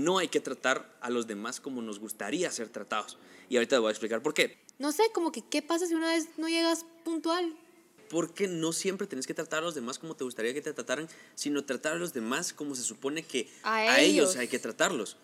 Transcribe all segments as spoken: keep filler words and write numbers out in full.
no hay que tratar a los demás como nos gustaría ser tratados. Y ahorita te voy a explicar por qué. No sé, como que qué pasa si una vez no llegas puntual. Porque no siempre tenés que tratar a los demás como te gustaría que te trataran, sino tratar a los demás como se supone que a, a ellos. ellos hay que tratarlos.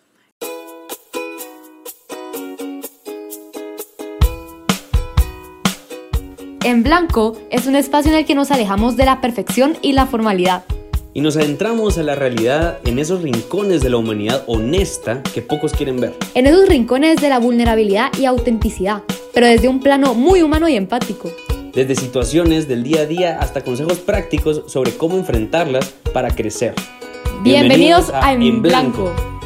En Blanco es un espacio en el que nos alejamos de la perfección y la formalidad. Y nos adentramos a la realidad en esos rincones de la humanidad honesta que pocos quieren ver. En esos rincones de la vulnerabilidad y autenticidad, pero desde un plano muy humano y empático. Desde situaciones del día a día hasta consejos prácticos sobre cómo enfrentarlas para crecer. Bienvenidos, Bienvenidos a, a En, en Blanco. Blanco.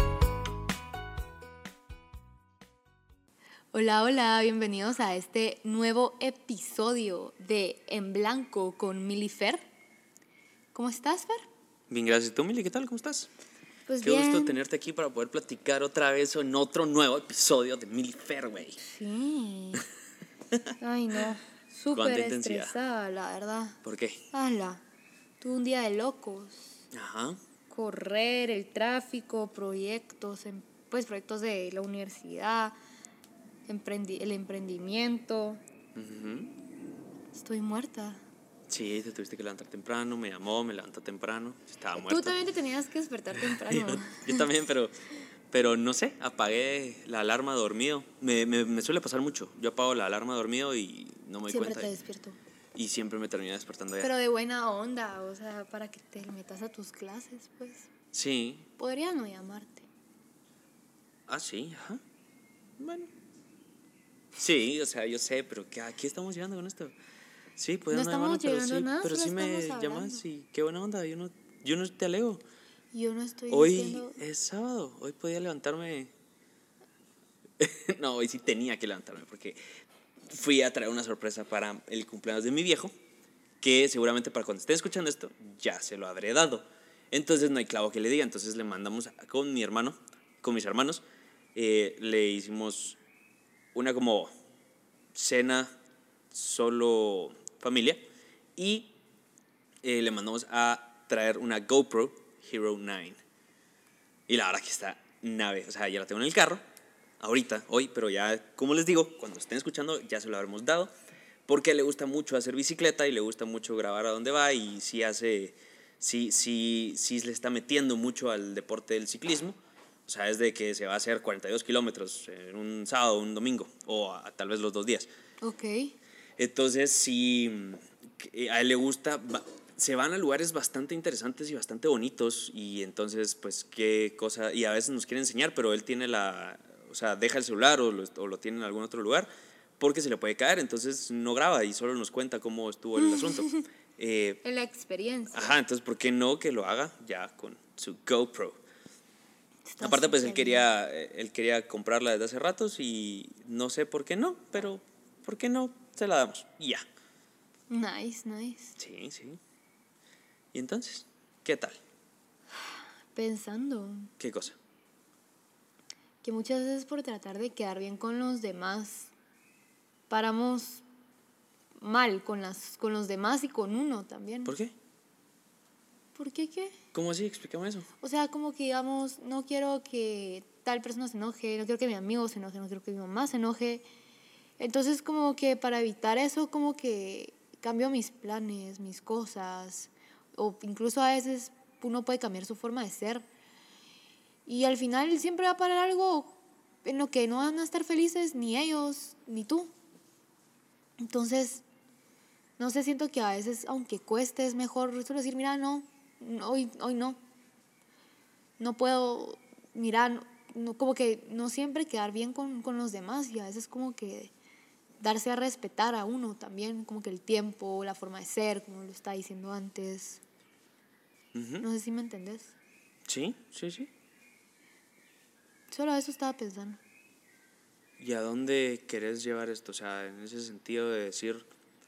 Hola, hola, bienvenidos a este nuevo episodio de En Blanco con Mili Fer. ¿Cómo estás, Fer? Bien, gracias. ¿Tú, Mili? ¿Qué tal? ¿Cómo estás? Pues Qué bien. gusto tenerte aquí para poder platicar otra vez en otro nuevo episodio de Mili Fer, güey. Sí. Ay, no. Súper estresada, la verdad. ¿Por qué? Hala. Tuve un día de locos. Ajá. Correr, el tráfico, proyectos, pues proyectos de la universidad, emprendi- el emprendimiento. Uh-huh. Estoy muerta. Sí, te tuviste que levantar temprano, me llamó, me levantó temprano, estaba muerta. Tú también te tenías que despertar temprano. yo, yo también, pero, pero no sé, apagué la alarma dormido. Me, me, me suele pasar mucho. Yo apago la alarma dormido y no me doy siempre cuenta. Siempre te despierto. Y siempre me termino despertando ya. Pero de buena onda, o sea, para que te metas a tus clases, pues. Sí. Podría no llamarte. Ah, sí, ajá. Bueno. Sí, o sea, yo sé, pero ¿qué, ¿a qué estamos llegando con esto? Sí, pues no no estamos llamarme, llegando pero sí, a nada, pero sí me hablando. llamas y qué buena onda, yo no, yo no te alego. Yo no estoy hoy diciendo... Hoy es sábado, hoy podía levantarme. No, hoy sí tenía que levantarme porque fui a traer una sorpresa para el cumpleaños de mi viejo, que seguramente para cuando estén escuchando esto ya se lo habré dado. Entonces no hay clavo que le diga, entonces le mandamos con mi hermano, con mis hermanos, eh, le hicimos una como cena solo familia y eh, le mandamos a traer una GoPro Hero nueve. Y la verdad que está nave, o sea, ya la tengo en el carro, ahorita, hoy, pero ya, como les digo, cuando estén escuchando ya se lo habremos dado, porque le gusta mucho hacer bicicleta y le gusta mucho grabar a dónde va y sí hace, sí, sí, sí le está metiendo mucho al deporte del ciclismo. O sea, es de que se va a hacer cuarenta y dos kilómetros en un sábado, un domingo, o a, tal vez los dos días. Ok. Entonces, sí, a él le gusta, se van a lugares bastante interesantes y bastante bonitos, y entonces, pues, qué cosa, y a veces nos quiere enseñar, pero él tiene la, o sea, deja el celular o lo, o lo tiene en algún otro lugar, porque se le puede caer, entonces no graba y solo nos cuenta cómo estuvo el asunto. Eh, la experiencia. Ajá, entonces, ¿por qué no que lo haga ya con su GoPro? Está Aparte, pues él quería, él quería comprarla desde hace ratos y no sé por qué no, pero ¿por qué no? Se la damos y ya. Nice, nice. Sí, sí. ¿Y entonces? ¿Qué tal? Pensando. ¿Qué cosa? Que muchas veces por tratar de quedar bien con los demás, paramos mal con, las, con los demás y con uno también. ¿Por qué? ¿Por qué qué? ¿Cómo así? Explícame eso. O sea, como que digamos, no quiero que tal persona se enoje, no quiero que mi amigo se enoje, no quiero que mi mamá se enoje. Entonces, como que para evitar eso, como que cambio mis planes, mis cosas, o incluso a veces uno puede cambiar su forma de ser. Y al final siempre va a parar algo en lo que no van a estar felices ni ellos, ni tú. Entonces, no sé, siento que a veces, aunque cueste, es mejor solo decir, mira, no, hoy, hoy no. No puedo, mira, no, como que no siempre quedar bien con, con los demás, y a veces como que darse a respetar a uno también, como que el tiempo, la forma de ser, como lo estaba diciendo antes. Uh-huh. No sé si me entendés. Sí, sí, sí. Solo eso estaba pensando. ¿Y a dónde querés llevar esto? O sea, en ese sentido de decir,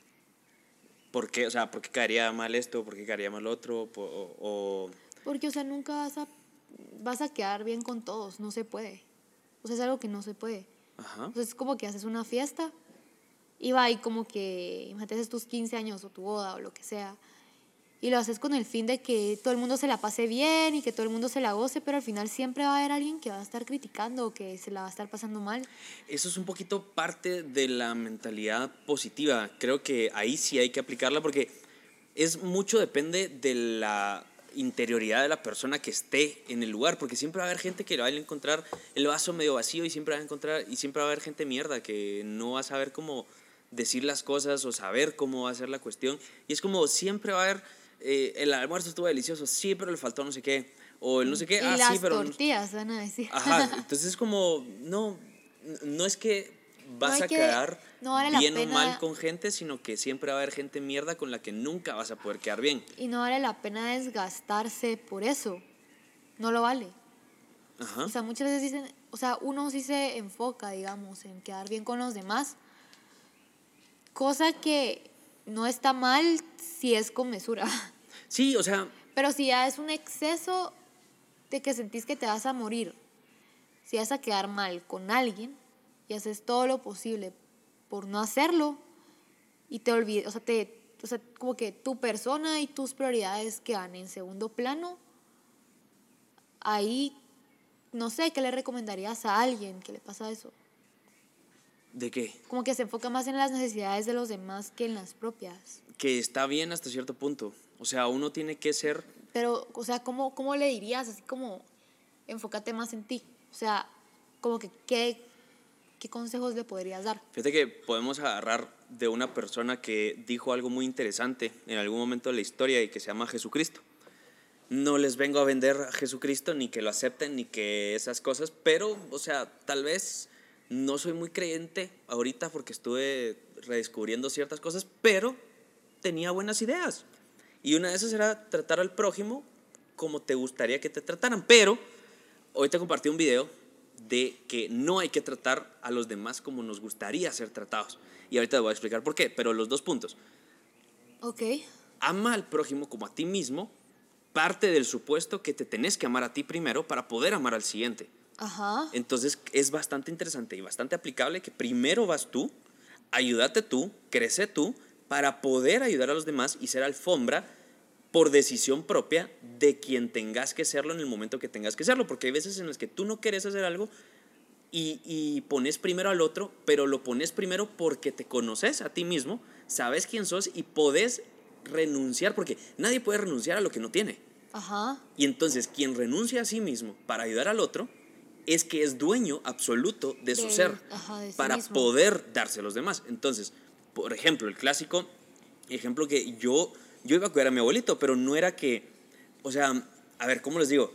¿por qué? O sea, ¿por qué caería mal esto? ¿Por qué caería mal otro? O, o... Porque, o sea, nunca vas a, vas a quedar bien con todos, no se puede. O sea, es algo que no se puede. Ajá. O sea, es como que haces una fiesta y va y como que, imagínate, haces tus quince años o tu boda o lo que sea, y lo haces con el fin de que todo el mundo se la pase bien y que todo el mundo se la goce, pero al final siempre va a haber alguien que va a estar criticando o que se la va a estar pasando mal. Eso es un poquito parte de la mentalidad positiva. Creo que ahí sí hay que aplicarla porque es mucho depende de la interioridad de la persona que esté en el lugar, porque siempre va a haber gente que va a encontrar el vaso medio vacío y siempre va a encontrar y siempre va a haber gente mierda que no va a saber cómo decir las cosas o saber cómo va a ser la cuestión, y es como siempre va a haber eh, el almuerzo estuvo delicioso, sí, pero le faltó no sé qué, o el no sé qué, Y ah, las sí, pero tortillas, van a decir. ajá, entonces es como no, no es que vas No hay a que- quedar no vale la bien o pena- mal con gente, sino que siempre va a haber gente mierda con la que nunca vas a poder quedar bien. Y no vale la pena desgastarse por eso. No lo vale. Ajá. O sea, muchas veces dicen, o sea, uno sí se enfoca, digamos, en quedar bien con los demás, cosa que no está mal si es con mesura. Sí, o sea, Pero si ya es un exceso de que sentís que te vas a morir, si vas a quedar mal con alguien y haces todo lo posible por no hacerlo y te olvides, o sea, te, o sea, como que tu persona y tus prioridades quedan en segundo plano, ahí no sé qué le recomendarías a alguien que le pasa eso. ¿de qué? Como que se enfoca más en las necesidades de los demás que en las propias. Que está bien hasta cierto punto. O sea, uno tiene que ser... Pero, o sea, ¿cómo, cómo le dirías? Así como, enfócate más en ti. O sea, como que, ¿qué, qué consejos le podrías dar? Fíjate que podemos agarrar de una persona que dijo algo muy interesante en algún momento de la historia y que se llama Jesucristo. No les vengo a vender a Jesucristo, ni que lo acepten, ni que esas cosas, pero, o sea, tal vez no soy muy creyente ahorita porque estuve redescubriendo ciertas cosas, pero tenía buenas ideas. Y una de esas era tratar al prójimo como te gustaría que te trataran. Pero hoy te compartí un video de que no hay que tratar a los demás como nos gustaría ser tratados. Y ahorita te voy a explicar por qué, pero los dos puntos. Ok. Ama al prójimo como a ti mismo, parte del supuesto que te tenés que amar a ti primero para poder amar al siguiente. Ajá. Entonces es bastante interesante y bastante aplicable que primero vas tú, ayúdate tú, crece tú, para poder ayudar a los demás y ser alfombra por decisión propia de quien tengas que serlo en el momento que tengas que serlo, porque hay veces en las que tú no quieres hacer algo y, y pones primero al otro, pero lo pones primero porque te conoces a ti mismo, sabes quién sos y podés renunciar, porque nadie puede renunciar a lo que no tiene. Ajá. Y entonces quien renuncia a sí mismo para ayudar al otro es que es dueño absoluto de su De- ser, ajá, de sí para mismo. poder darse a los demás. Entonces, por ejemplo, el clásico ejemplo que yo, yo iba a cuidar a mi abuelito, pero no era que, o sea, a ver, ¿cómo les digo?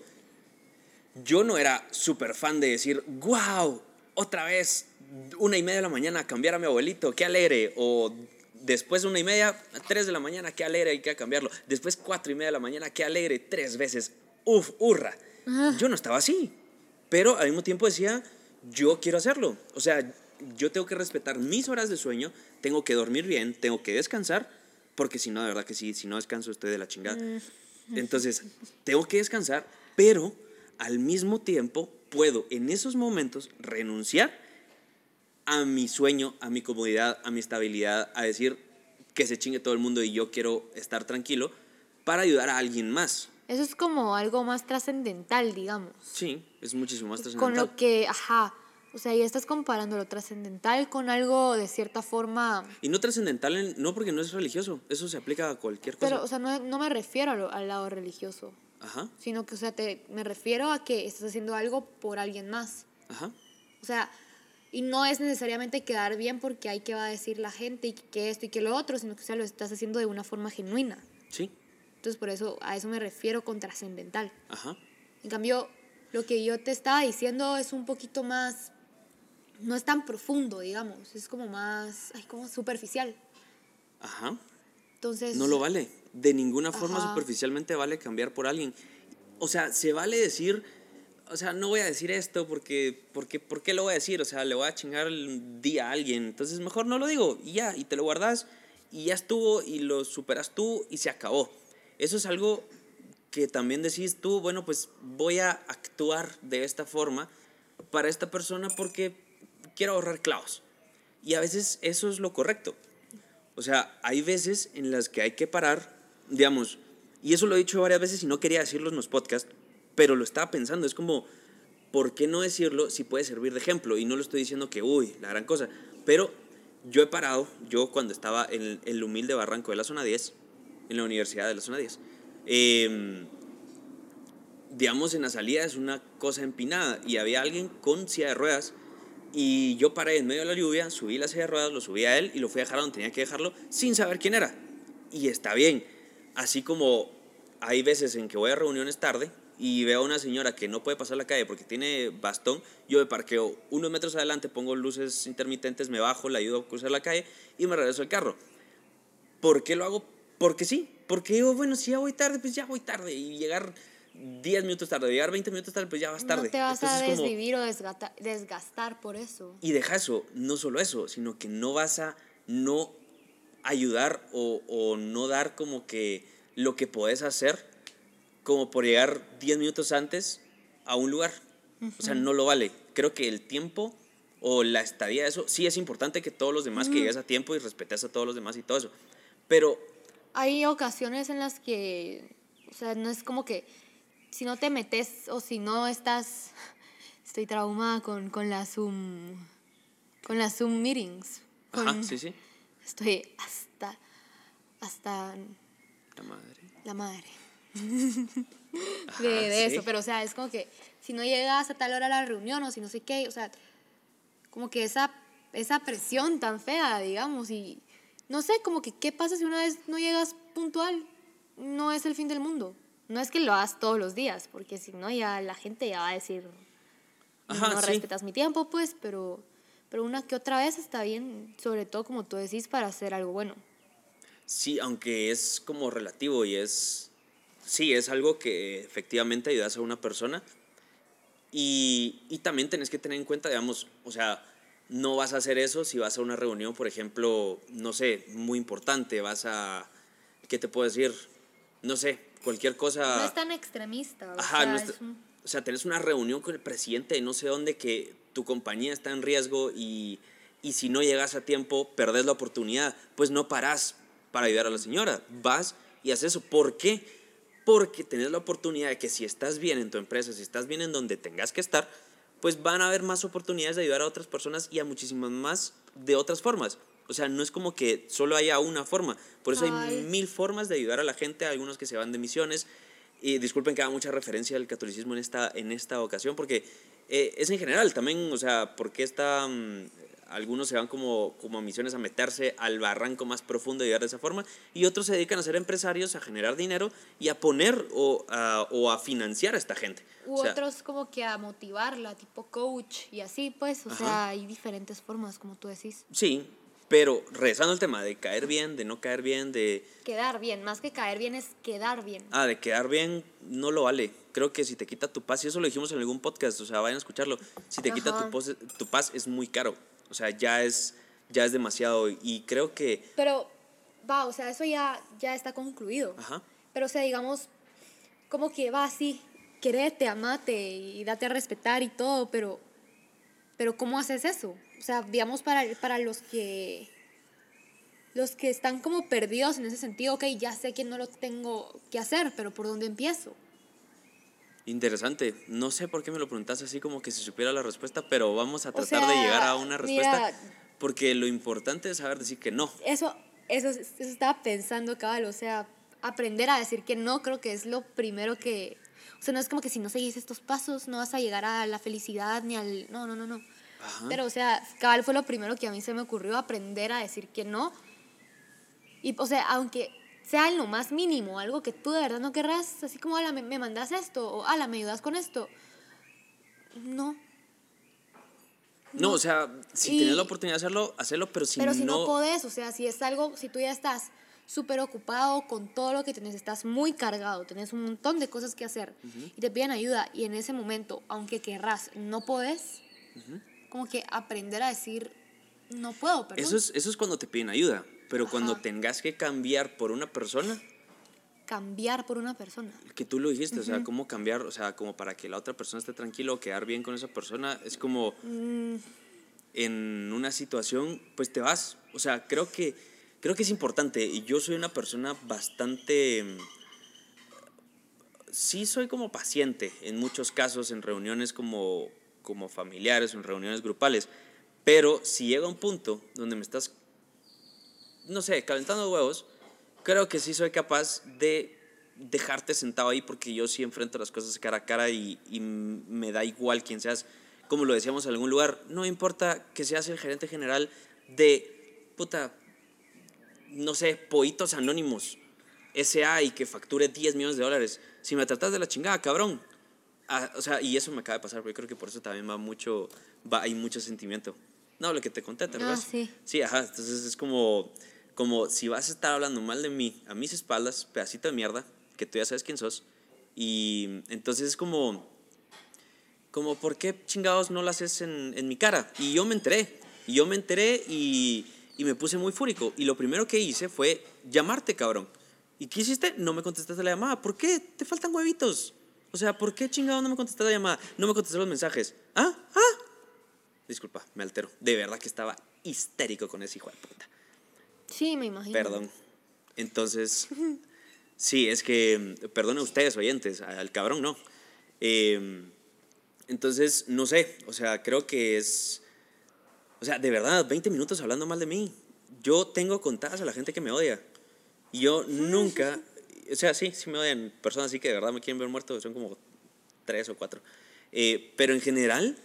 Yo no era súper fan de decir, wow, otra vez, una y media de la mañana a cambiar a mi abuelito, qué alegre, o después una y media, tres de la mañana, qué alegre, hay que cambiarlo, después cuatro y media de la mañana, qué alegre, tres veces, uf, hurra. Yo no estaba así, pero al mismo tiempo decía, yo quiero hacerlo, o sea, yo tengo que respetar mis horas de sueño, tengo que dormir bien, tengo que descansar, porque si no, de verdad que sí, si no descanso estoy de la chingada. Entonces, tengo que descansar, pero al mismo tiempo puedo en esos momentos renunciar a mi sueño, a mi comodidad, a mi estabilidad, a decir que se chingue todo el mundo y yo quiero estar tranquilo para ayudar a alguien más. Eso es como algo más trascendental, digamos. Sí, es muchísimo más Con trascendental. lo que, ajá, o sea, ya estás comparando lo trascendental con algo de cierta forma. Y no trascendental, en- no porque no es religioso, eso se aplica a cualquier cosa. Pero, o sea, no, no me refiero a lo- al lado religioso, Ajá, sino que, o sea, te, me refiero a que estás haciendo algo por alguien más. ajá. O sea, y no es necesariamente quedar bien porque hay que va a decir la gente y que esto y que lo otro, sino que, o sea, lo estás haciendo de una forma genuina. Sí, Entonces, por eso, a eso me refiero con trascendental. ajá. En cambio, lo que yo te estaba diciendo es un poquito más, no es tan profundo, digamos, es como más, ay, como superficial. Ajá. Entonces, No lo vale. De ninguna forma Ajá. superficialmente vale cambiar por alguien. O sea, se vale decir, o sea, no voy a decir esto porque, porque, ¿por qué lo voy a decir? O sea, le voy a chingar el día a alguien. Entonces mejor no lo digo y ya, y te lo guardas y ya estuvo y lo superas tú y se acabó. Eso es algo que también decís tú, bueno, pues voy a actuar de esta forma para esta persona porque quiero ahorrar clavos. Y a veces eso es lo correcto. O sea, hay veces en las que hay que parar, digamos, Y eso lo he dicho varias veces y no quería decirlo en los podcasts, pero lo estaba pensando. Es como, ¿por qué no decirlo si puede servir de ejemplo? Y no lo estoy diciendo que, uy, la gran cosa. Pero yo he parado, yo cuando estaba en el humilde barranco de la zona diez, en la universidad de la zona diez, eh, digamos, en la salida es una cosa empinada y había alguien con silla de ruedas y yo paré en medio de la lluvia, subí la silla de ruedas, lo subí a él y lo fui a dejar donde tenía que dejarlo sin saber quién era. Y está bien, así como hay veces en que voy a reuniones tarde y veo a una señora que no puede pasar la calle porque tiene bastón, yo me parqueo unos metros adelante, pongo luces intermitentes, me bajo, le ayudo a cruzar la calle y me regreso al carro. ¿Por qué lo hago? Porque sí, porque digo, bueno, si ya voy tarde, pues ya voy tarde, y llegar diez minutos tarde, llegar veinte minutos tarde, pues ya vas tarde. No te vas Entonces, a como, desvivir o desgata, desgastar por eso. y deja eso, no solo eso, sino que no vas a no ayudar o, o no dar como que lo que podés hacer como por llegar diez minutos antes a un lugar. Uh-huh. O sea, no lo vale. Creo que el tiempo o la estadía de eso, sí es importante que todos los demás, uh-huh, que llegues a tiempo y respetes a todos los demás y todo eso. Pero hay ocasiones en las que, o sea, no es como que si no te metes o si no estás, estoy traumada con, con la Zoom, con las Zoom meetings. Con, ajá, sí, sí. Estoy hasta, hasta la madre. La madre. Ajá, de, de sí. eso, pero o sea, es como que si no llegas a tal hora a la reunión o si no sé qué, o sea, como que esa, esa presión tan fea, digamos, y no sé, como que qué pasa si una vez no llegas puntual, no es el fin del mundo, no es que lo hagas todos los días, porque si no ya la gente ya va a decir, ajá, no sí. respetas mi tiempo, pues, pero, pero una que otra vez está bien, sobre todo como tú decís, para hacer algo bueno. Sí, aunque es como relativo y es, sí, es algo que efectivamente ayudas a una persona y, y también tenés que tener en cuenta, digamos, o sea, no vas a hacer eso si vas a una reunión, por ejemplo, no sé, muy importante, vas a, ¿qué te puedo decir? No sé, cualquier cosa. No es tan extremista. O Ajá, sea, no es, es un... o sea, tenés una reunión con el presidente de no sé dónde que tu compañía está en riesgo y, y si no llegas a tiempo, perdés la oportunidad, pues no parás para ayudar a la señora, vas y haces eso. ¿Por qué? Porque tenés la oportunidad de que si estás bien en tu empresa, si estás bien en donde tengas que estar, pues van a haber más oportunidades de ayudar a otras personas y a muchísimas más de otras formas. O sea, no es como que solo haya una forma. Por eso Ay. hay mil formas de ayudar a la gente, algunos que se van de misiones. Y disculpen que haga mucha referencia al catolicismo en esta, en esta ocasión, porque eh, es en general también, o sea, porque está... Um, algunos se van como, como a misiones a meterse al barranco más profundo y ayudar de esa forma, y otros se dedican a ser empresarios, a generar dinero y a poner o a, o a financiar a esta gente. U o sea, otros como que a motivarla, tipo coach y así, pues, o ajá. sea, hay diferentes formas, como tú decís. Sí, pero regresando al tema de caer bien, de no caer bien, de... Quedar bien, más que caer bien es quedar bien. Ah, de quedar bien no lo vale. Creo que si te quita tu paz, y eso lo dijimos en algún podcast, o sea, vayan a escucharlo, si te Ajá. quita tu, pose, tu paz es muy caro. O sea, ya es, ya es demasiado y creo que... Pero, va, o sea, eso ya, ya está concluido. Ajá. Pero, o sea, digamos, como que va así, querete, amate y date a respetar y todo, pero, pero ¿cómo haces eso? O sea, digamos, para, para los que... Los que están como perdidos en ese sentido, ok, ya sé que no lo tengo que hacer, pero ¿por dónde empiezo? Interesante. No sé por qué me lo preguntas así como que si supiera la respuesta, pero vamos a tratar o sea, de llegar a una respuesta, mira, porque lo importante es saber decir que no. Eso, eso, eso estaba pensando, cabal, o sea, aprender a decir que no creo que es lo primero que... O sea, no es como que si no seguís estos pasos no vas a llegar a la felicidad ni al... No, no, no, no. Ajá. Pero, o sea, cabal fue lo primero que a mí se me ocurrió, aprender a decir que no. Y, o sea, aunque sea en lo más mínimo, algo que tú de verdad no querrás, así como, ala, me, me mandas esto, o ala, me ayudas con esto. No. No, no o sea, si y, tienes la oportunidad de hacerlo, hacerlo, pero si no... Pero si no podés, o sea, si es algo, si tú ya estás súper ocupado con todo lo que tenés, estás muy cargado, tenés un montón de cosas que hacer, uh-huh, y te piden ayuda, y en ese momento, aunque querrás, no podés, uh-huh, como que aprender a decir, no puedo, perdón. Eso es, eso es cuando te piden ayuda. Pero ajá, cuando tengas que cambiar por una persona... Cambiar por una persona. Que tú lo dijiste, uh-huh, o sea, cómo cambiar, o sea, como para que la otra persona esté tranquila o quedar bien con esa persona, es como... Mm. En una situación, pues te vas. O sea, creo que, creo que es importante. Y yo soy una persona bastante... sí soy como paciente en muchos casos, en reuniones como, como familiares, en reuniones grupales, pero si llega un punto donde me estás, no sé, calentando huevos, creo que sí soy capaz de dejarte sentado ahí porque yo sí enfrento las cosas cara a cara y, y me da igual quién seas. Como lo decíamos en algún lugar, no importa que seas el gerente general de, puta, no sé, Pollitos Anónimos S A y que facture diez millones de dólares. Si me tratas de la chingada, cabrón. Ah, o sea, y eso me acaba de pasar, porque creo que por eso también va mucho, va, hay mucho sentimiento. No, lo que te conté, ¿te Ah, acuerdas? sí. Sí, ajá, entonces es como, como si vas a estar hablando mal de mí a mis espaldas, pedacito de mierda, que tú ya sabes quién sos, y entonces es como, como ¿por qué chingados no lo haces en, en mi cara? Y yo me enteré, y yo me enteré y, y me puse muy fúrico, y lo primero que hice fue llamarte, cabrón. ¿Y qué hiciste? No me contestaste la llamada. ¿Por qué? Te faltan huevitos. O sea, ¿por qué chingado no me contestaste la llamada? No me contestaste los mensajes. ¿Ah? ¿Ah? Disculpa, me altero. De verdad que estaba histérico con ese hijo de puta. Sí, me imagino. Perdón. Entonces, sí, es que, perdone a ustedes, oyentes, al cabrón no. Eh, entonces, no sé, o sea, creo que es, o sea, de verdad, veinte minutos hablando mal de mí. Yo tengo contadas a la gente que me odia. Y yo nunca, o sea, sí, sí me odian personas así que de verdad me quieren ver muerto, son como tres o cuatro. Eh, pero en general,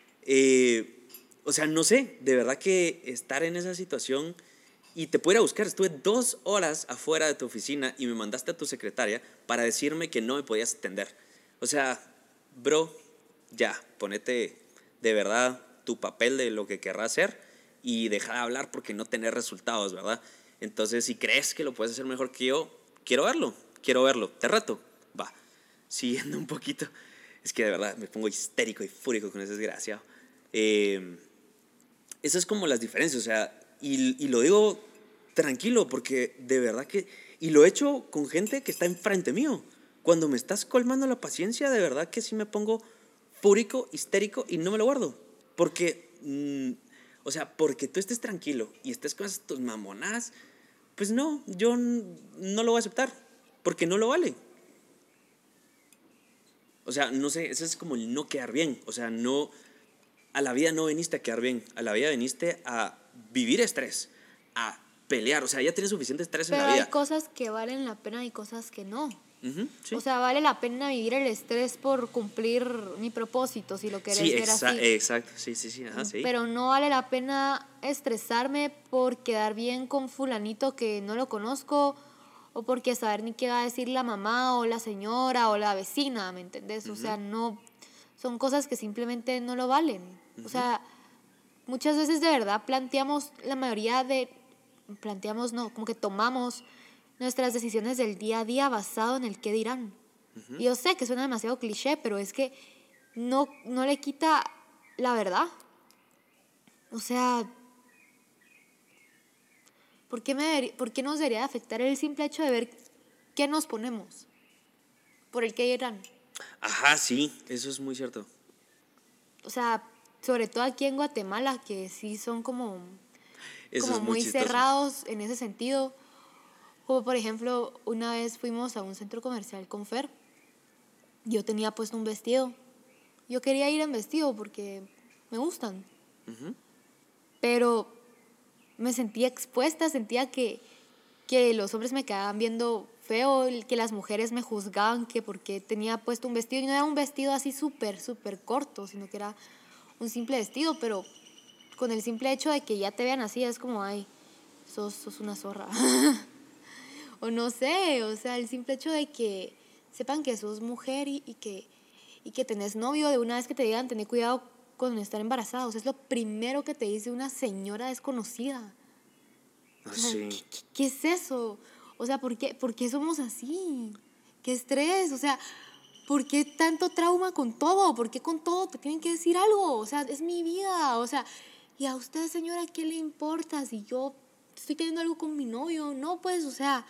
eh, o sea, no sé, de verdad que estar en esa situación y te puedo ir a buscar. Estuve dos horas afuera de tu oficina y me mandaste a tu secretaria para decirme que no me podías atender. O sea, bro, ya, ponete de verdad tu papel de lo que querrás hacer y deja de hablar porque no tenés resultados, ¿verdad? Entonces, si crees que lo puedes hacer mejor que yo, quiero verlo, quiero verlo, te reto, va. Siguiendo un poquito, es que de verdad me pongo histérico y fúrico con ese desgraciado. Eh, esas es como las diferencias, o sea, y, y lo digo tranquilo porque de verdad que, y lo he hecho con gente que está enfrente mío. Cuando me estás colmando la paciencia, de verdad que sí me pongo fúrico, histérico y no me lo guardo. Porque, mmm, o sea, porque tú estés tranquilo y estés con esas tus mamonadas, pues no, yo no lo voy a aceptar, porque no lo vale. O sea, no sé, eso es como el no quedar bien. O sea, no, a la vida no viniste a quedar bien, a la vida viniste a vivir estrés, a pelear. O sea, ya tienes suficiente estrés en Pero la hay vida. cosas que valen la pena y cosas que no. Uh-huh, sí. O sea, vale la pena vivir el estrés por cumplir mi propósito, si lo querés Sí, ver exa- así. exacto, sí, sí, sí, ajá, sí. Pero no vale la pena estresarme por quedar bien con fulanito que no lo conozco o porque saber ni qué va a decir la mamá o la señora o la vecina, ¿me entendés? Uh-huh. O sea, no, son cosas que simplemente no lo valen. Uh-huh. O sea, muchas veces de verdad planteamos la mayoría de, planteamos no, como que tomamos nuestras decisiones del día a día basado en el qué dirán. Uh-huh. Y yo sé que suena demasiado cliché, pero es que no, no le quita la verdad. O sea, ¿por qué, me, ¿por qué nos debería afectar el simple hecho de ver qué nos ponemos? Por el qué dirán. Ajá, sí, eso es muy cierto. O sea, sobre todo aquí en Guatemala, que sí son como, como es muy, muy cerrados en ese sentido. Como por ejemplo, una vez fuimos a un centro comercial con Fer. Yo tenía puesto un vestido. Yo quería ir en vestido porque me gustan. Uh-huh. Pero me sentía expuesta, sentía que, que los hombres me quedaban viendo feo, que las mujeres me juzgaban que porque tenía puesto un vestido. Y no era un vestido así súper, súper corto, sino que era un simple vestido. Pero con el simple hecho de que ya te vean así, es como, ay, sos, sos una zorra. O no sé, o sea, el simple hecho de que sepan que sos mujer y, y, que, y que tenés novio, de una vez que te digan, tené cuidado con estar embarazada. O sea, es lo primero que te dice una señora desconocida. Ah, o sea, sí. ¿qué, qué, ¿Qué es eso? O sea, ¿por qué, ¿por qué somos así? ¿Qué estrés? O sea, ¿por qué tanto trauma con todo? ¿Por qué con todo te tienen que decir algo? O sea, es mi vida. O sea, ¿y a usted, señora, qué le importa si yo estoy teniendo algo con mi novio? No, pues, o sea...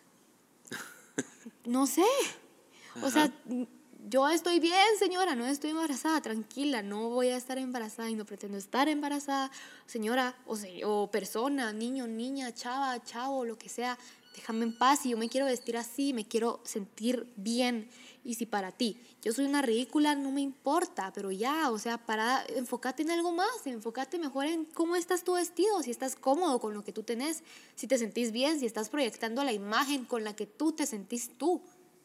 No sé. Ajá. O sea, yo estoy bien, señora, no estoy embarazada, tranquila, no voy a estar embarazada y no pretendo estar embarazada. Señora, o, sea, o persona, niño, niña, chava, chavo, lo que sea, déjame en paz. Y yo me quiero vestir así, me quiero sentir bien Y si para ti yo soy una ridícula, no me importa, pero ya, o sea, para, enfócate en algo más, enfócate mejor en cómo estás tú vestido, si estás cómodo con lo que tú tenés, si te sentís bien, si estás proyectando la imagen con la que tú te sentís tú.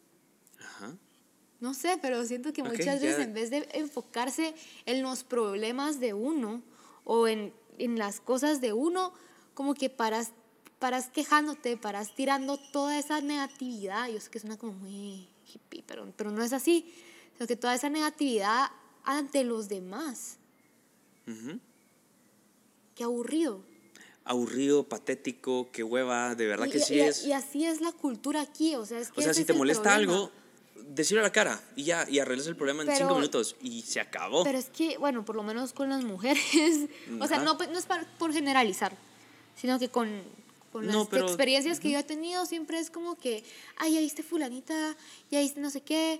Ajá. No sé, pero siento que Ok, muchas veces ya. en vez de enfocarse en los problemas de uno o en, en las cosas de uno, como que paras, paras quejándote, paras tirando toda esa negatividad. Yo sé que suena como muy hippie, pero, pero no es así. Sino que toda esa negatividad ante los demás. Ujú. Qué aburrido. Aburrido, patético, qué hueva, de verdad Y, que y- sí y- es. y así es la cultura aquí, o sea, es que O sea, ese si es te el molesta problema. algo, decirlo a la cara y ya, y arreglas el problema en cinco Pero minutos y se acabó. Pero es que, bueno, por lo menos con las mujeres, o sea, Ajá. no, no es para- por generalizar, sino que con, con No, las pero experiencias que yo he tenido siempre es como que, ay, ya viste fulanita, ya viste no sé qué,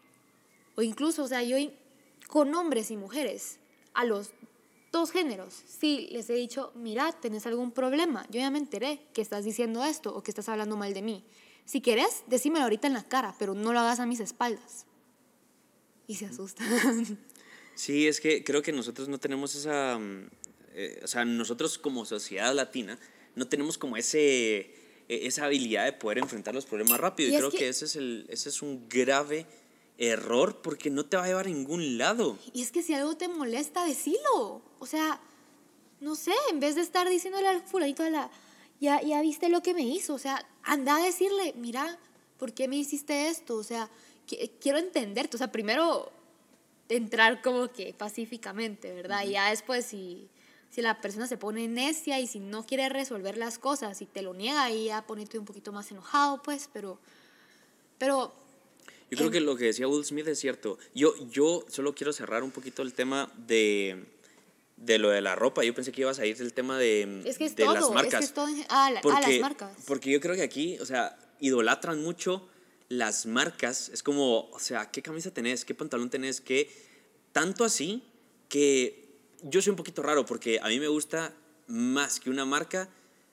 o incluso, o sea, yo in- con hombres y mujeres, a los dos géneros, sí, les he dicho, mira, tenés algún problema, yo ya me enteré que estás diciendo esto o que estás hablando mal de mí. Si querés, decímelo ahorita en la cara, pero no lo hagas a mis espaldas. Y se asustan. sí, es que creo que nosotros no tenemos esa, mm, eh, o sea, nosotros como sociedad latina no tenemos como ese, eh, esa habilidad de poder enfrentar los problemas rápido. Y, Y es creo que, que ese es, el, ese es un grave error porque no te va a llevar a ningún lado. Y es que si algo te molesta, decilo. O sea, no sé, en vez de estar diciéndole al fulanito a la, ya, ya viste lo que me hizo. O sea, anda a decirle, mira, ¿por qué me hiciste esto? O sea, qui- quiero entenderte. O sea, primero entrar como que pacíficamente, ¿verdad? Y ya después si, si la persona se pone necia y si no quiere resolver las cosas y te lo niega, ahí ya ponete un poquito más enojado, pues, pero, pero Yo creo en- que lo que decía Will Smith es cierto. Yo, yo solo quiero cerrar un poquito el tema de, de lo de la ropa. Yo pensé que ibas a ir del tema de, es que es de todo, las es marcas. que es todo, en- ah, la- ah, Porque, las marcas. porque yo creo que aquí, o sea, idolatran mucho las marcas. Es como, o sea, ¿qué camisa tenés? ¿Qué pantalón tenés? ¿Qué? Tanto así que yo soy un poquito raro porque a mí me gusta más que una marca.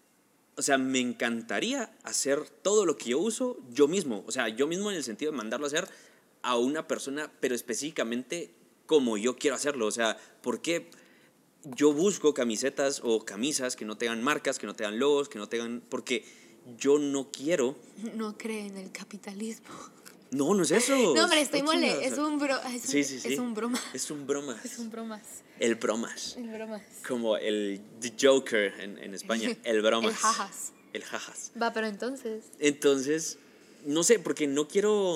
O sea, me encantaría hacer todo lo que yo uso yo mismo. O sea, yo mismo en el sentido de mandarlo a hacer a una persona, pero específicamente como yo quiero hacerlo. O sea, porque yo busco camisetas o camisas que no tengan marcas, que no tengan logos, que no tengan... Porque yo no quiero... No cree en el capitalismo. No, no es eso. No, hombre, estoy Está mole. chida, o Es sea, un bro. Es un, sí, sí, sí. es un broma. Es un bromas. Es un bromas. El bromas. Es bromas. Como el The Joker en, en España. El bromas. El jajas. El jajas. Va, pero entonces. Entonces, no sé, porque no quiero...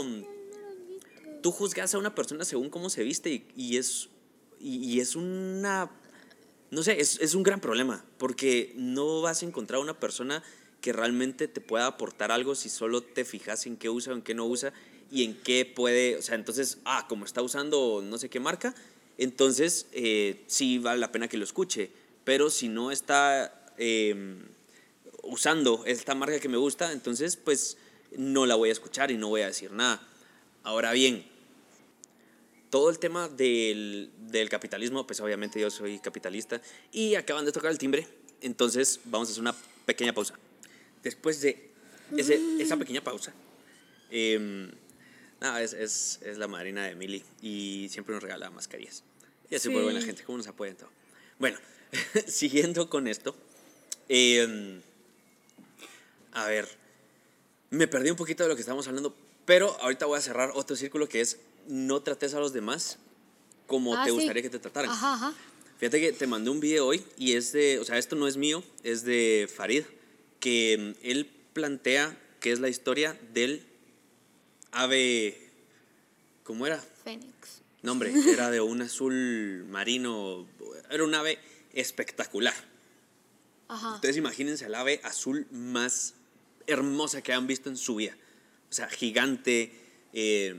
Tú juzgas a una persona según cómo se viste y, y es, y, y es una... No sé, es, es un gran problema, porque no vas a encontrar una persona que realmente te pueda aportar algo si solo te fijas en qué usa o en qué no usa y en qué puede... O sea, entonces, ah, como está usando no sé qué marca, entonces eh, sí vale la pena que lo escuche, pero si no está... Eh, usando esta marca que me gusta, entonces pues no la voy a escuchar y no voy a decir nada. Ahora bien, todo el tema del, del capitalismo, pues obviamente yo soy capitalista y acaban de tocar el timbre, entonces vamos a hacer una pequeña pausa. Después de ese, esa pequeña pausa, eh, nada, es, es, es la madrina de Emily y siempre nos regala mascarillas. Ella es Sí. súper buena gente, cómo nos apoya en todo. Bueno, siguiendo con esto, eh, a ver, me perdí un poquito de lo que estábamos hablando, pero ahorita voy a cerrar otro círculo que es no trates a los demás como Ah, te sí. gustaría que te trataran. Ajá, ajá. Fíjate que te mandé un video hoy y es de, o sea, esto no es mío, es de Farid, que mm, él plantea que es la historia del ave, ¿cómo era? Fénix. No, hombre, era de un azul marino, era un ave espectacular. Ajá. Entonces imagínense el ave azul más hermosa que han visto en su vida. O sea, gigante, eh,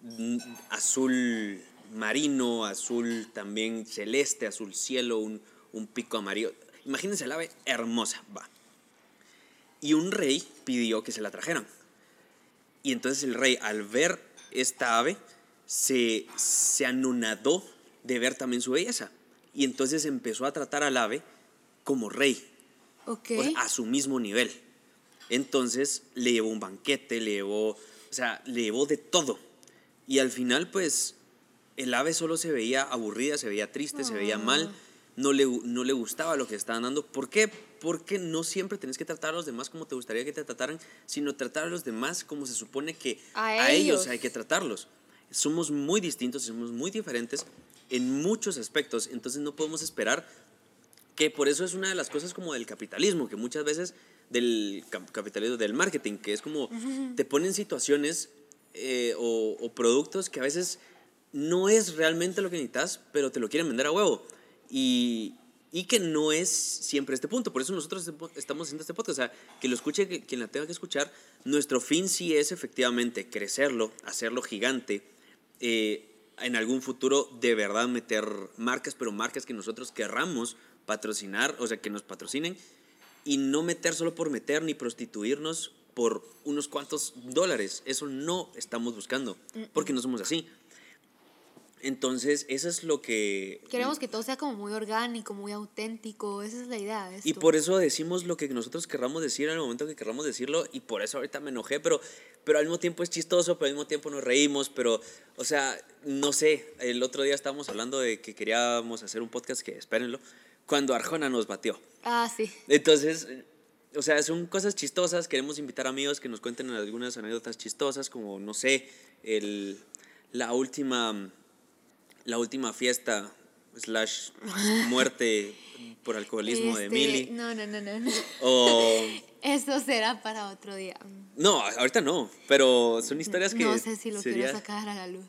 azul marino, azul también celeste, azul cielo, un, un pico amarillo. Imagínense el ave hermosa, va. Y un rey pidió que se la trajeran. Y entonces el rey, al ver esta ave, se, se anonadó de ver también su belleza. Y entonces empezó a tratar al ave como rey. Ok. O sea, a su mismo nivel. Entonces le llevó un banquete, le llevó, o sea, le llevó de todo. Y al final, pues, el ave solo se veía aburrida, se veía triste, oh. se veía mal, no le, no le gustaba lo que estaban dando. ¿Por qué? Porque no siempre tenés que tratar a los demás como te gustaría que te trataran, sino tratar a los demás como se supone que a, a ellos. ellos hay que tratarlos. Somos muy distintos, somos muy diferentes en muchos aspectos, entonces no podemos esperar que por eso es una de las cosas como del capitalismo, que muchas veces del capitalismo, del marketing, que es como uh-huh. te ponen situaciones eh, o, o productos que a veces no es realmente lo que necesitas, pero te lo quieren vender a huevo. Y, y que no es siempre este punto. Por eso nosotros estamos haciendo este podcast. O sea, que lo escuche que, quien la tenga que escuchar. Nuestro fin sí es efectivamente crecerlo, hacerlo gigante. Eh, en algún futuro de verdad meter marcas, pero marcas que nosotros querramos patrocinar, o sea, que nos patrocinen. Y no meter solo por meter ni prostituirnos por unos cuantos dólares. Eso no estamos buscando, porque no somos así. Entonces, eso es lo que... Queremos que todo sea como muy orgánico, muy auténtico, esa es la idea de esto. Y por eso decimos lo que nosotros querramos decir en el momento que querramos decirlo, y por eso ahorita me enojé, pero, pero al mismo tiempo es chistoso, pero al mismo tiempo nos reímos, pero, o sea, no sé, el otro día estábamos hablando de que queríamos hacer un podcast, que espérenlo, cuando Arjona nos batió. Ah, sí. Entonces, o sea, son cosas chistosas, queremos invitar amigos que nos cuenten algunas anécdotas chistosas, como, no sé, el, la última... La última fiesta slash muerte por alcoholismo este, de Mili. No, no, no, no. no. O... Eso será para otro día. No, ahorita no, pero son historias que... No sé si lo sería... quiero sacar a la luz.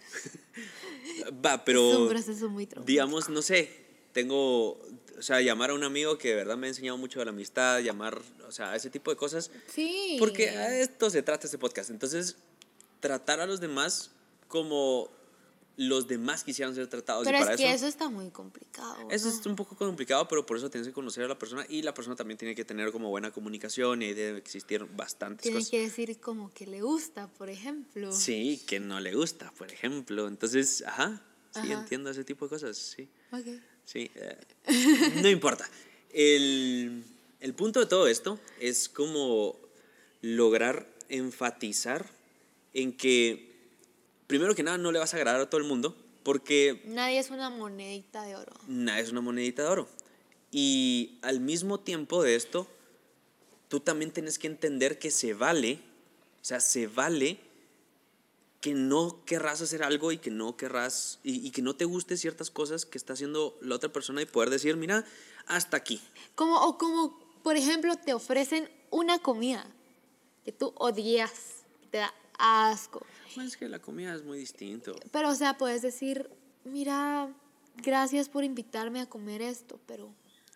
Va, pero... Es un proceso muy traumático. Digamos, no sé, tengo... O sea, llamar a un amigo que de verdad me ha enseñado mucho de la amistad, llamar, o sea, ese tipo de cosas. Sí. Porque a esto se trata este podcast. Entonces, tratar a los demás como... los demás quisieran ser tratados. Pero y para es que eso, eso está muy complicado. Eso ¿no? es un poco complicado, pero por eso tienes que conocer a la persona y la persona también tiene que tener como buena comunicación y debe existir bastantes tiene cosas. Tiene que decir como que le gusta, por ejemplo. Sí, que no le gusta, por ejemplo. Entonces, ajá, sí, ajá. entiendo ese tipo de cosas, sí. Okay. Sí, eh, no importa. El, el punto de todo esto es como lograr enfatizar en que primero que nada, no le vas a agradar a todo el mundo porque... Nadie es una monedita de oro. Nadie es una monedita de oro. Y al mismo tiempo de esto, tú también tienes que entender que se vale, o sea, se vale que no querrás hacer algo y que no querrás, y, y que no te guste ciertas cosas que está haciendo la otra persona y poder decir, mira, hasta aquí. Como, o como, por ejemplo, te ofrecen una comida que tú odias, que te da asco. Bueno, es que la comida es muy distinto. Pero, o sea, puedes decir, mira, gracias por invitarme a comer esto, pero...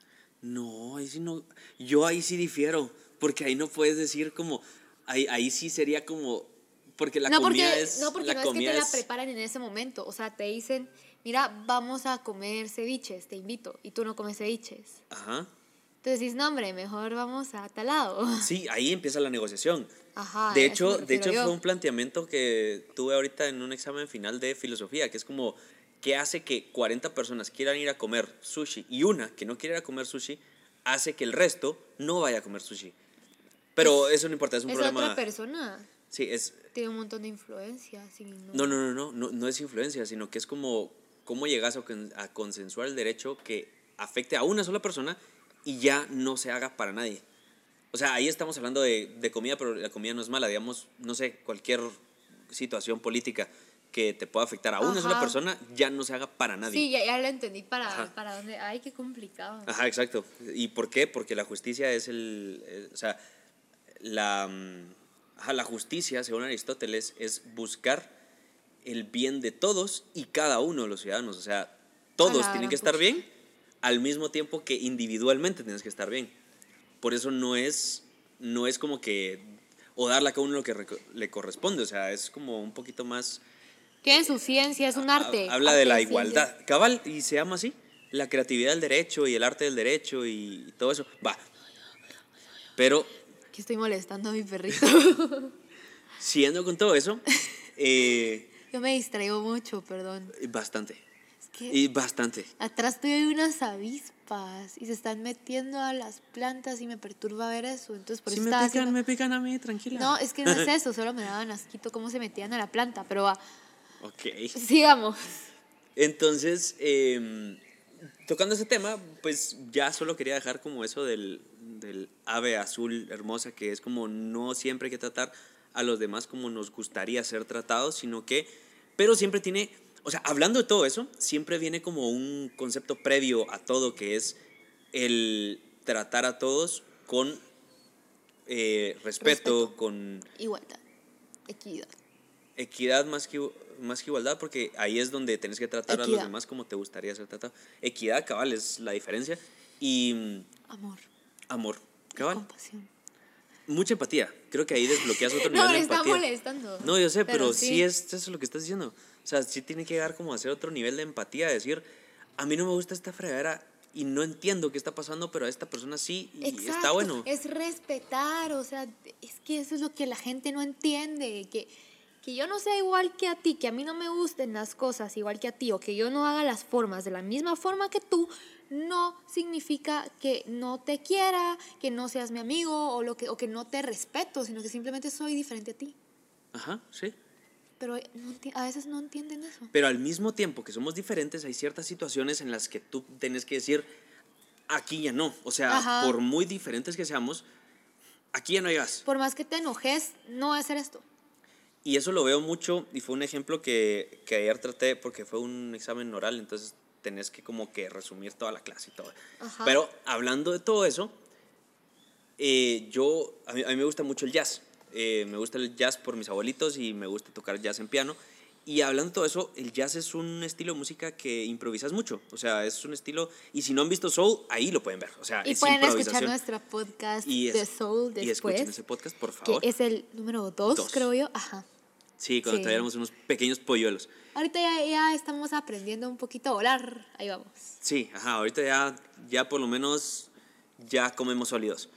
No, ahí sí no... Yo ahí sí difiero, porque ahí no puedes decir como... Ahí, ahí sí sería como... Porque la no, comida porque, es... No, porque la no es que te es... la preparan en ese momento. O sea, te dicen, mira, vamos a comer ceviches, te invito. Y tú no comes ceviches. Ajá. Entonces dices, no, hombre, mejor vamos a tal lado. Sí, ahí empieza la negociación. Ajá, de hecho, de hecho yo. fue un planteamiento que tuve ahorita en un examen final de filosofía, que es como, ¿qué hace que cuarenta personas quieran ir a comer sushi y una que no quiere ir a comer sushi hace que el resto no vaya a comer sushi? Pero eso no importa, es un es problema... Es otra persona. Sí, es... Tiene un montón de influencia. Sí, no. No, no, no, no, no, no es influencia, sino que es como, ¿cómo llegas a, a consensuar el derecho que afecte a una sola persona y ya no se haga para nadie? O sea, ahí estamos hablando de, de comida, pero la comida no es mala. Digamos, no sé, cualquier situación política que te pueda afectar a una Ajá. sola persona, ya no se haga para nadie. Sí, ya, ya lo entendí. Para, para dónde. Ay, qué complicado. Ajá, exacto. ¿Y por qué? Porque la justicia es el... el o sea, la, ajá, la justicia, según Aristóteles, es buscar el bien de todos y cada uno de los ciudadanos. O sea, todos Ajá, tienen que estar bien, al mismo tiempo que individualmente tienes que estar bien. Por eso no es, no es como que, o darle a cada uno lo que rec- le corresponde, o sea, es como un poquito más... Tiene su ciencia, es un arte. Habla arte de la igualdad, ciencia. Cabal, y se llama así, la creatividad del derecho y el arte del derecho y todo eso, va. Pero... Que estoy molestando a mi perrito. Siguiendo con todo eso... Eh, Yo me distraigo mucho, perdón. Bastante. Y bastante. Atrás tuve unas avispas y se están metiendo a las plantas y me perturba ver eso. Entonces por si eso me pican, haciendo... me pican a mí, tranquila. No, es que no es eso, solo me daban asquito cómo se metían a la planta, pero va. Ok. Sigamos. Entonces, eh, tocando ese tema, pues ya solo quería dejar como eso del, del ave azul hermosa, que es como no siempre hay que tratar a los demás como nos gustaría ser tratados, sino que, pero siempre tiene, o sea, hablando de todo eso, siempre viene como un concepto previo a todo, que es el tratar a todos con eh, respeto, Respeto. con Igualdad, equidad. equidad más que, más que igualdad, porque ahí es donde tenés que tratar Equidad. a los demás como te gustaría ser tratado. Equidad, cabal, es la diferencia. Y mm, Amor. amor, Y cabal. compasión. Mucha empatía. Creo que ahí desbloqueas otro No, nivel de me está empatía. molestando. No, yo sé, pero, Pero sí, sí. es eso es lo que estás diciendo. O sea, sí tiene que llegar como a hacer otro nivel de empatía, decir, a mí no me gusta esta fregadera y no entiendo qué está pasando, pero a esta persona sí y Exacto, está bueno. es respetar, o sea, es que eso es lo que la gente no entiende, que, que yo no sea igual que a ti, que a mí no me gusten las cosas igual que a ti, o que yo no haga las formas de la misma forma que tú, no significa que no te quiera, que no seas mi amigo, o, lo que, o que no te respeto, sino que simplemente soy diferente a ti. Ajá, sí. Pero no enti- a veces no entienden eso. Pero al mismo tiempo que somos diferentes, hay ciertas situaciones en las que tú tienes que decir, aquí ya no. O sea, Ajá. por muy diferentes que seamos, aquí ya no hay gas. Por más que te enojes, no va a hacer esto. Y eso lo veo mucho, y fue un ejemplo que, que ayer traté, porque fue un examen oral, entonces tenés que como que resumir toda la clase y todo. Ajá. Pero hablando de todo eso, eh, yo, a mí, a mí me gusta mucho el jazz. Eh, me gusta el jazz por mis abuelitos y me gusta tocar jazz en piano. Y hablando de todo eso, el jazz es un estilo de música que improvisas mucho. O sea, es un estilo... Y si no han visto Soul, ahí lo pueden ver. O sea, Y es pueden escuchar improvisación. nuestro podcast Y es- de Soul Y escuchen después, ese podcast, por que favor. es el número dos, Dos. creo yo. Ajá. Sí, cuando Sí. todavía éramos unos pequeños polluelos. Ahorita ya, ya estamos aprendiendo un poquito a volar. Ahí vamos. Sí, ajá, ahorita ya, ya por lo menos ya comemos sólidos.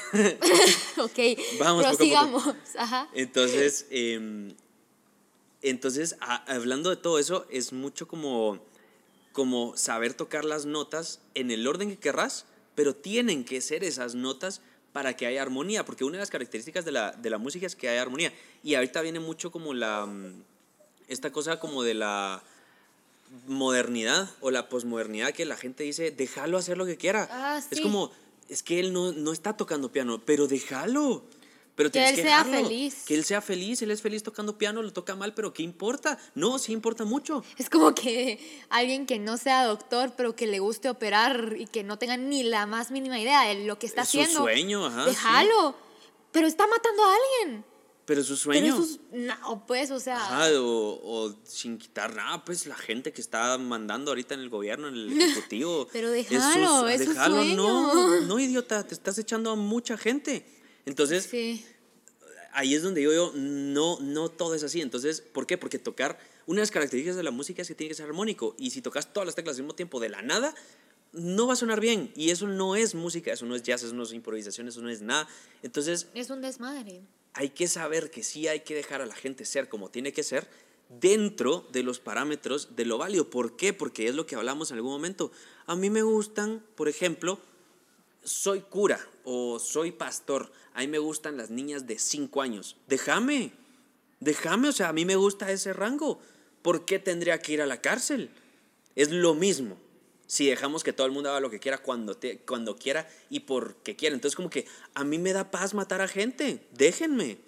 Ok, Vamos poco a poco. prosigamos. Ajá. Entonces, eh, entonces a- hablando de todo eso, es mucho como, como saber tocar las notas en el orden que querrás, pero tienen que ser esas notas para que haya armonía, porque una de las características de la, de la música es que haya armonía. Y ahorita viene mucho como la, mm, esta cosa como de la modernidad o la posmodernidad, que la gente dice, déjalo hacer lo que quiera. Ah, Es sí. como, es que él no, no está tocando piano, pero déjalo. Pero Que tienes él que sea dejarlo. feliz. Que él sea feliz, él es feliz tocando piano, lo toca mal, pero ¿qué importa? No, sí importa mucho. Es como que alguien que no sea doctor, pero que le guste operar y que no tenga ni la más mínima idea de lo que está Es su haciendo. sueño, ajá, Déjalo. Pero está matando a alguien. Pero es su sueño. Pero eso es, no, pues, o sea. Ajá, o, o sin quitar nada, pues la gente que está mandando ahorita en el gobierno, en el ejecutivo. Pero es déjalo, es su déjalo, sueño. no, no, idiota, te estás echando a mucha gente. Entonces, Sí. ahí es donde digo yo, no, no todo es así. Entonces, ¿por qué? Porque tocar, una de las características de la música es que tiene que ser armónico. Y si tocas todas las teclas al mismo tiempo de la nada, no va a sonar bien. Y eso no es música, eso no es jazz, eso no es improvisación, eso no es nada. Entonces, Es un desmadre. hay que saber que sí hay que dejar a la gente ser como tiene que ser dentro de los parámetros de lo válido. ¿Por qué? Porque es lo que hablamos en algún momento. A mí me gustan, por ejemplo, soy cura o soy pastor. A mí me gustan las niñas de cinco años. Déjame, déjame, o sea, a mí me gusta ese rango. ¿Por qué tendría que ir a la cárcel? Es lo mismo. Si dejamos que todo el mundo haga lo que quiera cuando, te, cuando quiera y porque quiera. Entonces como que a mí me da paz matar a gente. Déjenme.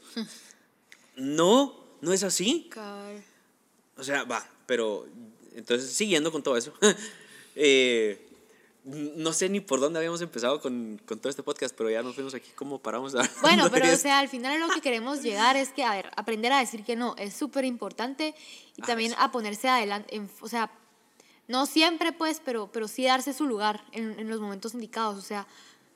No, no es así. Car- O sea, va, pero entonces siguiendo con todo eso. eh, no sé ni por dónde habíamos empezado con, con todo este podcast, pero ya nos fuimos aquí como paramos. Bueno, pero o sea, al final lo que queremos llegar es que, a ver, aprender a decir que no es súper importante y Ah, también sí. a ponerse adelante, en- o sea, no siempre pues, pero, pero sí darse su lugar en, en los momentos indicados, o sea,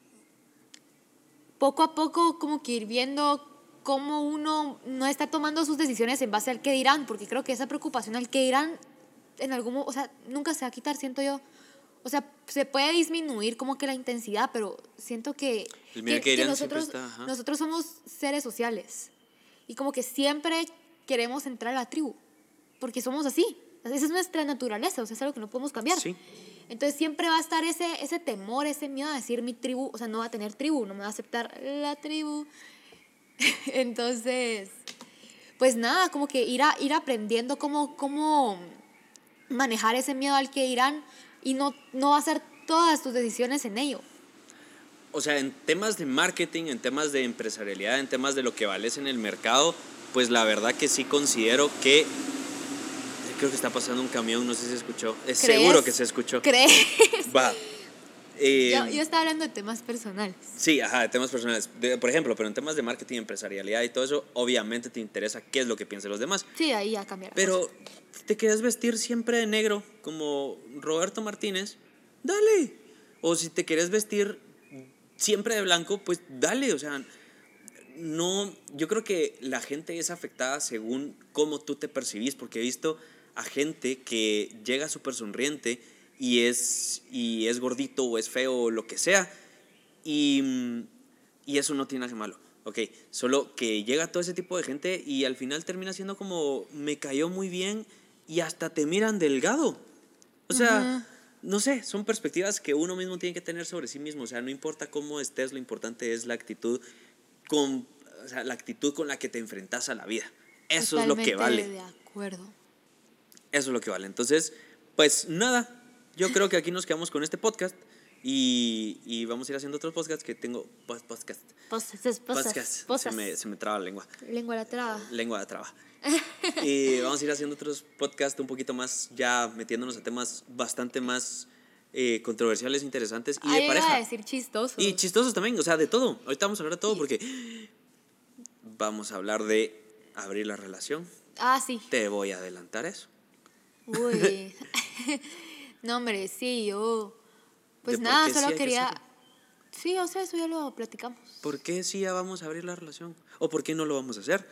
poco a poco como que ir viendo cómo uno no está tomando sus decisiones en base al qué dirán, porque creo que esa preocupación al qué dirán, en algún mo- o sea, nunca se va a quitar, siento yo. O sea, se puede disminuir como que la intensidad, pero siento que, El miedo que, que dirán que siempre nosotros, está, ajá. nosotros somos seres sociales y como que siempre queremos entrar a la tribu, porque somos así. Esa es nuestra naturaleza, o sea, es algo que no podemos cambiar. Sí. Entonces siempre va a estar ese, ese temor, ese miedo a decir mi tribu, o sea, no va a tener tribu, no me va a aceptar la tribu. Entonces, pues nada, como que ir, a, ir aprendiendo cómo, cómo manejar ese miedo al que dirán y no, no hacer todas tus decisiones en ello. O sea, en temas de marketing, en temas de empresarialidad, en temas de lo que vales en el mercado, pues la verdad que sí considero que... Creo que está pasando un camión, no sé si se escuchó. Es ¿Crees? seguro que se escuchó. ¿Crees? Va. Eh, yo, yo estaba hablando de temas personales. Sí, ajá, de temas personales. De, por ejemplo, pero en temas de marketing, empresarialidad y todo eso, obviamente te interesa qué es lo que piensan los demás. Sí, ahí ya cambiará. Pero te quieres vestir siempre de negro, como Roberto Martínez, dale. O si te quieres vestir siempre de blanco, pues dale. O sea, no, yo creo que la gente es afectada según cómo tú te percibís, porque he visto a gente que llega súper sonriente y es, y es gordito o es feo o lo que sea, y, y eso no tiene nada de malo, ok, solo que llega todo ese tipo de gente y al final termina siendo como, me cayó muy bien y hasta te miran delgado, o sea, uh-huh. No sé, son perspectivas que uno mismo tiene que tener sobre sí mismo, o sea, no importa cómo estés, lo importante es la actitud con, o sea, la actitud con la que te enfrentas a la vida, eso Totalmente es lo que vale. De acuerdo. Eso es lo que vale. Entonces, pues nada, yo creo que aquí nos quedamos con este podcast y, y vamos a ir haciendo otros podcasts que tengo. Podcast. Podcast. Podcast. Se me, se me traba la lengua. Lengua la traba. Lengua la traba. Y vamos a ir haciendo otros podcasts un poquito más, ya metiéndonos a temas bastante más eh, controversiales, interesantes y Ay, de pareja. Iba a decir chistosos. Y chistosos también, o sea, de todo. Ahorita vamos a hablar de todo porque vamos a hablar de abrir la relación. Ah, sí. Te voy a adelantar eso. Uy. No, hombre, sí, yo. Pues nada, solo sí quería. Que sí, o sea, eso ya lo platicamos. ¿Por qué sí ya vamos a abrir la relación? ¿O por qué no lo vamos a hacer?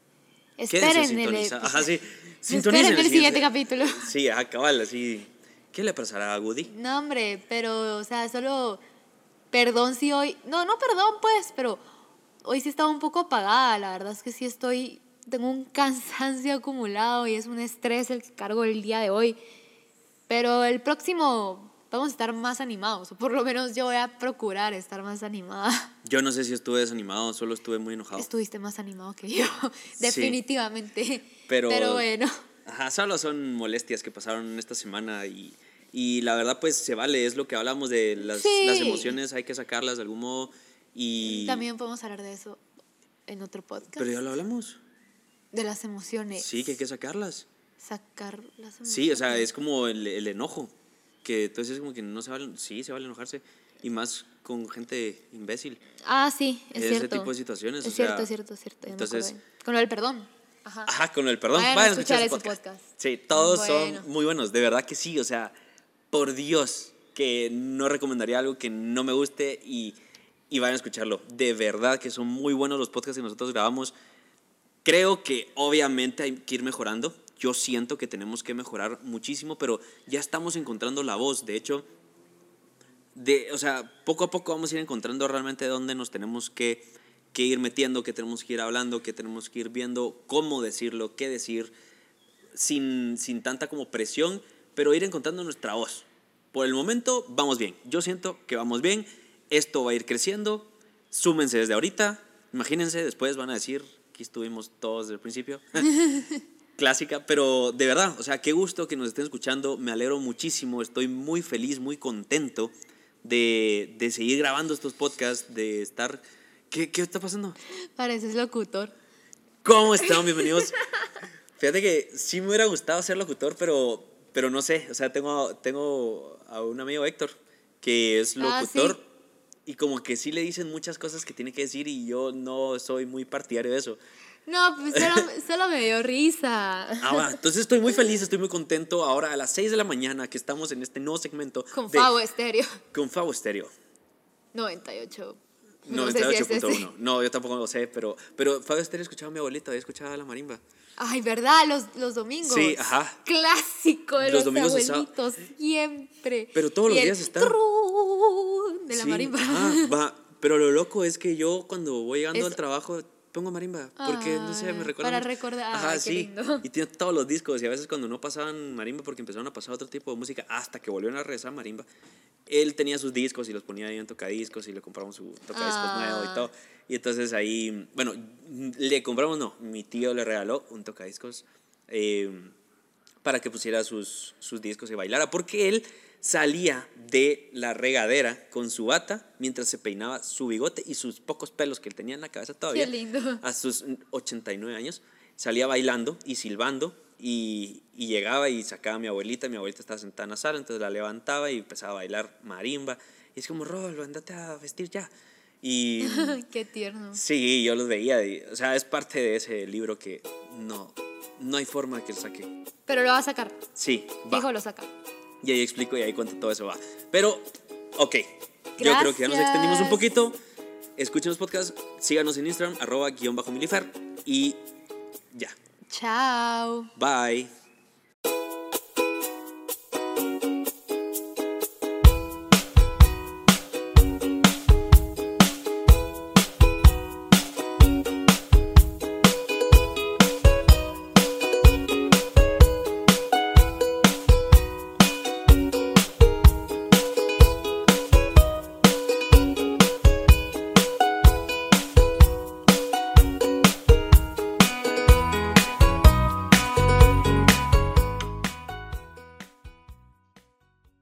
Esperen el, el Ajá, sí. Esperen el, el siguiente capítulo. Sí, ajá, cabal, así. ¿Qué le pasará a Woody? No, hombre, pero, o sea, solo. Perdón si hoy. No, no, perdón, pues, pero hoy sí estaba un poco apagada. La verdad es que sí estoy. Tengo un cansancio acumulado y es un estrés el que cargo el día de hoy. Pero el próximo vamos a estar más animados, o por lo menos yo voy a procurar estar más animada. Yo no sé si estuve desanimado, solo estuve muy enojado. Estuviste más animado que yo, definitivamente. Sí, pero, pero bueno. Ajá, solo son molestias que pasaron esta semana y, y la verdad pues se vale, es lo que hablamos de las, sí. las emociones, hay que sacarlas de algún modo y... También podemos hablar de eso en otro podcast. Pero ya lo hablamos. De las emociones. Sí, que hay que sacarlas. Sacar las emociones. Sí, o sea, es como el, el enojo, que entonces es como que no se vale, sí, se vale enojarse, y más con gente imbécil. Ah, sí, es ese cierto. Ese tipo de situaciones. Es o cierto, sea, es cierto, es cierto. Entonces, con lo del perdón. Ajá, ajá con el perdón. Vayan, Vayan a escuchar, escuchar ese podcast. podcast. Sí, todos bueno. son muy buenos, de verdad que sí, o sea, por Dios, que no recomendaría algo que no me guste y, y vayan a escucharlo. De verdad que son muy buenos los podcasts que nosotros grabamos. Creo que obviamente hay que ir mejorando. Yo siento que tenemos que mejorar muchísimo, pero ya estamos encontrando la voz. De hecho, de, o sea, poco a poco vamos a ir encontrando realmente dónde nos tenemos que, que ir metiendo, que tenemos que ir hablando, que tenemos que ir viendo cómo decirlo, qué decir, sin, sin tanta como presión, pero ir encontrando nuestra voz. Por el momento vamos bien. Yo siento que vamos bien. Esto va a ir creciendo. Súmense desde ahorita. Imagínense, después van a decir... Aquí estuvimos todos desde el principio. Clásica, pero de verdad, o sea, qué gusto que nos estén escuchando. Me alegro muchísimo, estoy muy feliz, muy contento de, de seguir grabando estos podcasts, de estar... ¿Qué, qué está pasando? Pareces locutor. ¿Cómo están? Bienvenidos. Fíjate que sí me hubiera gustado ser locutor, pero, pero no sé, o sea, tengo, tengo a un amigo, Héctor, que es locutor. Ah, ¿sí? Y como que sí le dicen muchas cosas que tiene que decir y yo no soy muy partidario de eso. No, pues solo, solo me dio risa. Ah, va. Entonces estoy muy feliz, estoy muy contento. Ahora a las seis de la mañana que estamos en este nuevo segmento. Con Favo Estéreo. Con Favo Estéreo. noventa y ocho. noventa y ocho punto uno. No, yo tampoco lo sé, pero, pero Favo Estéreo escuchaba a mi abuelita, escuchaba la marimba. Ay, ¿verdad? Los, los domingos. Sí, ajá. Clásico de los, los domingos abuelitos, estaba... siempre. Pero todos y los días está... de la sí, marimba. Ajá, va. Pero lo loco es que yo cuando voy llegando es... al trabajo pongo marimba, porque ah, no sé, me recuerda. Para mucho. recordar, ajá, ay, sí. Qué lindo. Y tiene todos los discos y a veces cuando no pasaban marimba porque empezaron a pasar otro tipo de música hasta que volvieron a regresar marimba. él tenía sus discos y los ponía ahí en tocadiscos y le compramos su tocadiscos Ah. nuevo y todo. Y entonces ahí, bueno, le compramos, no, mi tío le regaló un tocadiscos eh, para que pusiera sus, sus discos y bailara, porque él salía de la regadera con su bata mientras se peinaba su bigote y sus pocos pelos que él tenía en la cabeza todavía. Qué lindo. A sus ochenta y nueve años, salía bailando y silbando y, y llegaba y sacaba a mi abuelita. Mi abuelita estaba sentada en la sala, entonces la levantaba y empezaba a bailar marimba. Y es como, Rolo, andate a vestir ya. Y Qué tierno. sí, yo los veía. Y, o sea, es parte de ese libro que no, no hay forma de que lo saque. Pero lo va a sacar. Sí, va. Fijo, lo saca. Y ahí explico y ahí cuento todo eso va. Pero, ok, yo creo que ya nos extendimos un poquito. Escuchen los podcasts, síganos en Instagram, arroba guión bajo milifer. Y ya. Chao. Bye.